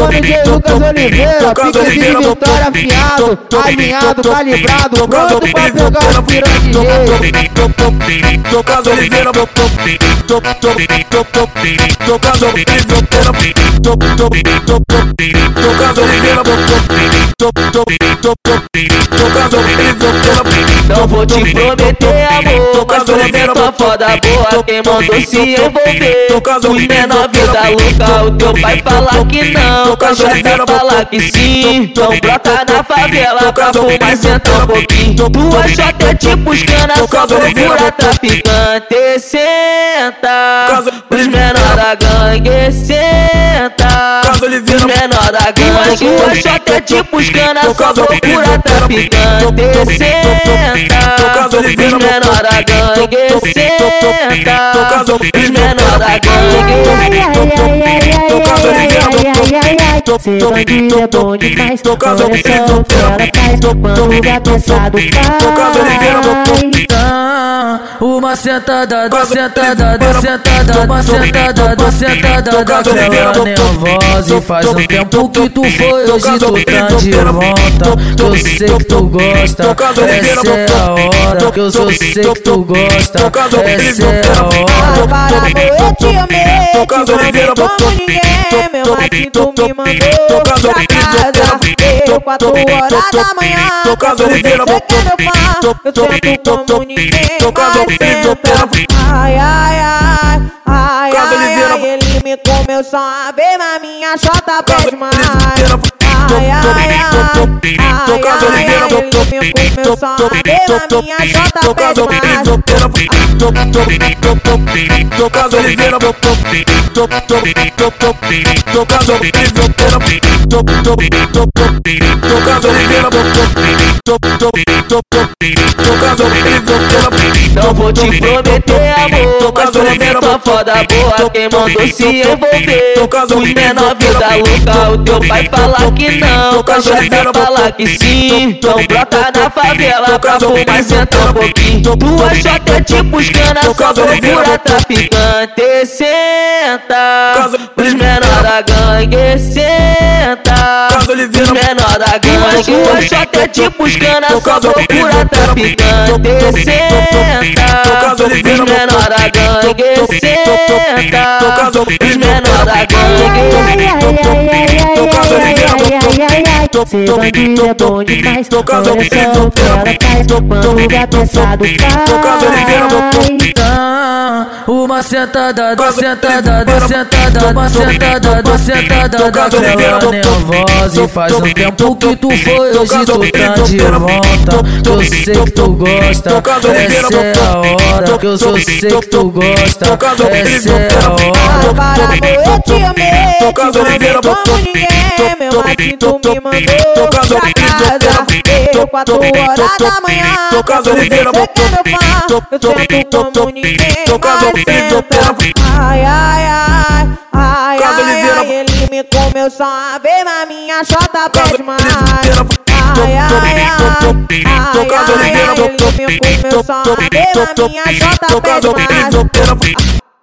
DJ Lucas Oliveira, pique de Vitória afiado, alinhado, calibrado, pronto pra pegar os pirangueiros. Lucas Oliveira, não vou te prometer amor, mas prometo a foda boa. Quem mandou se envolver? Os menor vida louca, o teu pai fala que não, cachaça fala que sim. Então brota na favela pra fumar, senta um pouquinho. Tua chota é tipo cana, só procura traficante. Senta, os menor da gangue, senta, os menor da gangue. Tua chota é tipo cana, só procura traficante. Senta, os menor da gangue, senta, os menor da gangue. Ser bandido é bom demais, olha só o que ela faz quando vai pensar do pai. Uma sentada, duas sentada, duas sentada, uma sentada, duas sentada daquela nervosa. E faz um tempo que tu foi, hoje tu tá de volta. Que eu sei que tu gosta, essa é a hora. Que eu só sei que tu gosta, essa é a hora. Para amor, eu te amei, te amei como ninguém. Meu marido me mandou pra casa, eu 4 horas da manhã. Você que é meu fã, eu sento como ninguém. Ai, ai, ai, ai, ai, ele me comeu só uma vez, mas minha chota pede mais. Ai, ai, ai, ai, ai, ele me comeu só uma vez, mas minha chota pede mais. Lucas Oliveira, não vou te prometer amor, mas prometo a foda boa. Quem mandou se envolver? Os menor vida louca, o teu pai fala que não, cachaça fala que sim. Então brota na favela pra fumar, senta um pouquinho. Tua chota é tipo cana, só procura traficante. Senta, os menor da gangue, senta, os menor da gangue. Tua chota é tipo cana, só procura traficante. Senta, os menor da gangue, senta, os menor da gangue. Ser bandido é bom demais, olha só o que ela faz quando vai pensar do pai. Uma sentada, duas sentada, duas sentada, uma sentada, duas sentada daquela nervosa. E faz um tempo que tu foi, hoje tu tá de volta. Que eu sei que tu gosta, essa é a hora. Que eu só sei que tu gosta, essa é a hora. Para amor, eu te amei, te amei como ninguém. Meu marido me mandou pra casa, eu 4 horas da manhã. Você que é meu fã, eu sento como ninguém. Ai, ai, ai, ai, ai, ele me comeu só uma vez, mas minha chota pede mais. Ai, ai, ai, ai, ai, ele me comeu só uma vez, mas minha chota pede mais.